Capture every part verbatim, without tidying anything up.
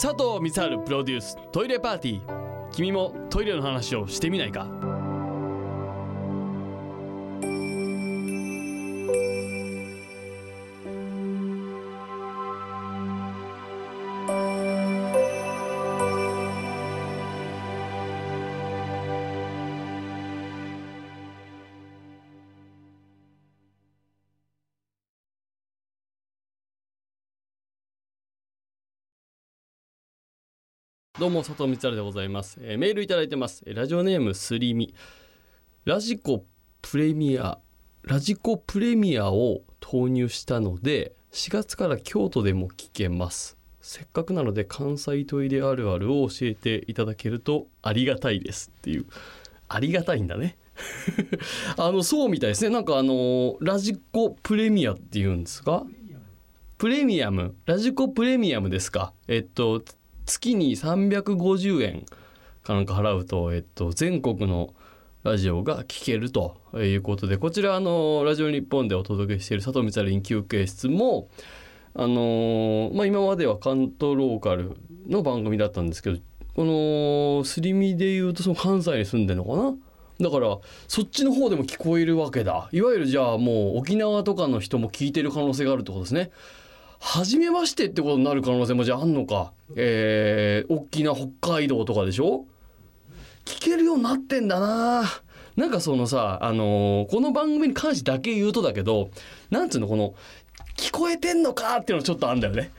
佐藤光晴プロデューストイレパーティー。君もトイレの話をしてみないか。どうも佐藤光晴でございます、えー、メールいただいてます。ラジオネームすりみ。ラジコプレミアラジコプレミアを投入したのでしがつから京都でも聞けます。せっかくなので関西トイレあるあるを教えていただけるとありがたいですっていう。ありがたいんだねあのそうみたいですね。なんかあのラジコプレミアっていうんですか。プレミアムラジコプレミアムですか。えっと月にさんびゃくごじゅうえんかなんか払うと、えっと、全国のラジオが聴けるということで、こちらあのラジオ日本でお届けしている佐藤光晴休憩室もあの、まあ、今までは関東ローカルの番組だったんですけど、このすり身でいうとその関西に住んでるのかな。だからそっちの方でも聞こえるわけだ。いわゆるじゃあもう沖縄とかの人も聞いてる可能性があるってことですね。初めましてってことになる可能性もじゃああんのか。えー、大きな北海道とかでしょ。聞けるようになってんだな。なんかそのさ、あのー、この番組に関してだけ言うとだけど、なんつうの、この聞こえてんのかっていうのちょっとあんだよね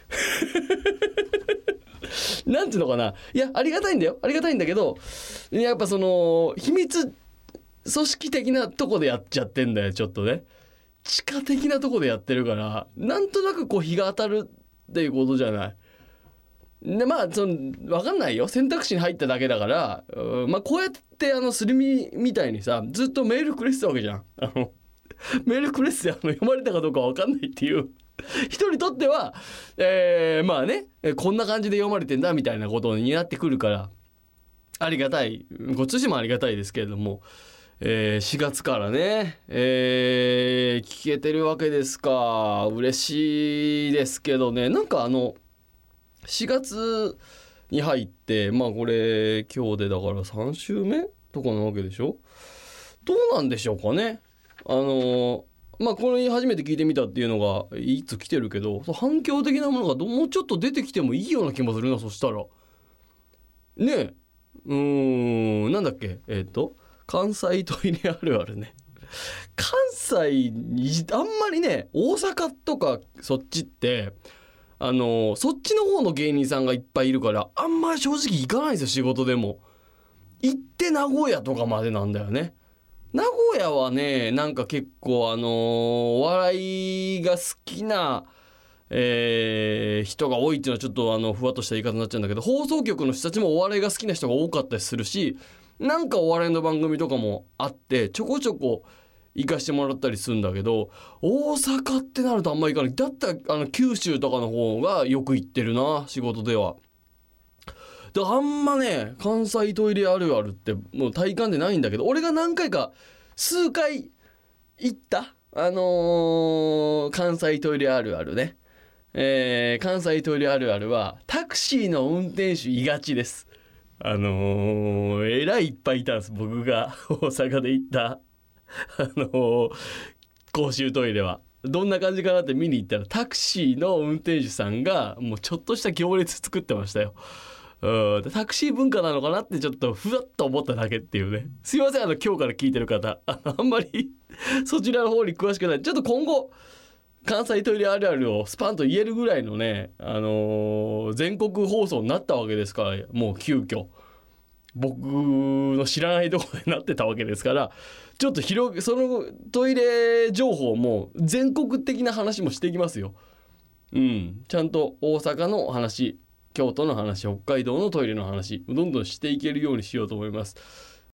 なんつうのかな。いやありがたいんだよ、ありがたいんだけど、やっぱその秘密組織的なとこでやっちゃってんだよ、ちょっとね。地下的なとこでやってるから、なんとなくこう日が当たるっていうことじゃない。でまあその分かんないよ、選択肢に入っただけだから、うん、まあこうやってあのすりみみたいにさずっとメールくれてたわけじゃん。あのメールくれててあの読まれたかどうか分かんないっていう人にとっては、えー、まあねこんな感じで読まれてんだみたいなことになってくるからありがたい、こっちとしてもありがたいですけれども、えー、しがつからね、えー、聞けてるわけですか。嬉しいですけどね。なんかあのしがつに入ってまあこれ今日でだからさん週目とかなわけでしょ。どうなんでしょうかね。あのまあこれ初めて聞いてみたっていうのがいつ来てるけど、反響的なものがもうちょっと出てきてもいいような気もするな。そしたらねえ、うーんなんだっけ、えっと関西トイレあるあるね。関西にあんまりね、大阪とかそっちってあのそっちの方の芸人さんがいっぱいいるからあんまり正直行かないんですよ。仕事でも行って名古屋とかまでなんだよね。名古屋はねなんか結構あのお笑いが好きな、えー、人が多いっていうのはちょっとあのふわっとした言い方になっちゃうんだけど、放送局の人たちもお笑いが好きな人が多かったりするし、なんかお笑いの番組とかもあってちょこちょこ行かしてもらったりするんだけど、大阪ってなるとあんま行かない。だったらあの九州とかの方がよく行ってるな、仕事では。であんまね関西トイレあるあるってもう体感でないんだけど、俺が何回か数回行ったあのー、関西トイレあるあるね、えー、関西トイレあるあるはタクシーの運転手いがちです。あのー、えらいいっぱいいたんです。僕が大阪で行ったあのー、公衆トイレはどんな感じかなって見に行ったら、タクシーの運転手さんがもうちょっとした行列作ってましたよ。うん、タクシー文化なのかなってちょっとふわっと思っただけっていうね。すいません、あの今日から聞いてる方 あ, あんまりそちらの方に詳しくない。ちょっと今後関西トイレあるあるをスパンと言えるぐらいのね、あのー、全国放送になったわけですから、もう急遽僕の知らないところになってたわけですから、ちょっと広そのトイレ情報も全国的な話もしていきますよ。うん、ちゃんと大阪の話、京都の話、北海道のトイレの話、どんどんしていけるようにしようと思います。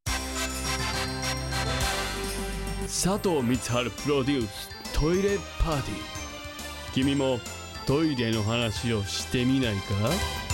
佐藤光晴プロデューストイレパーティー。君もトイレの話をしてみないか。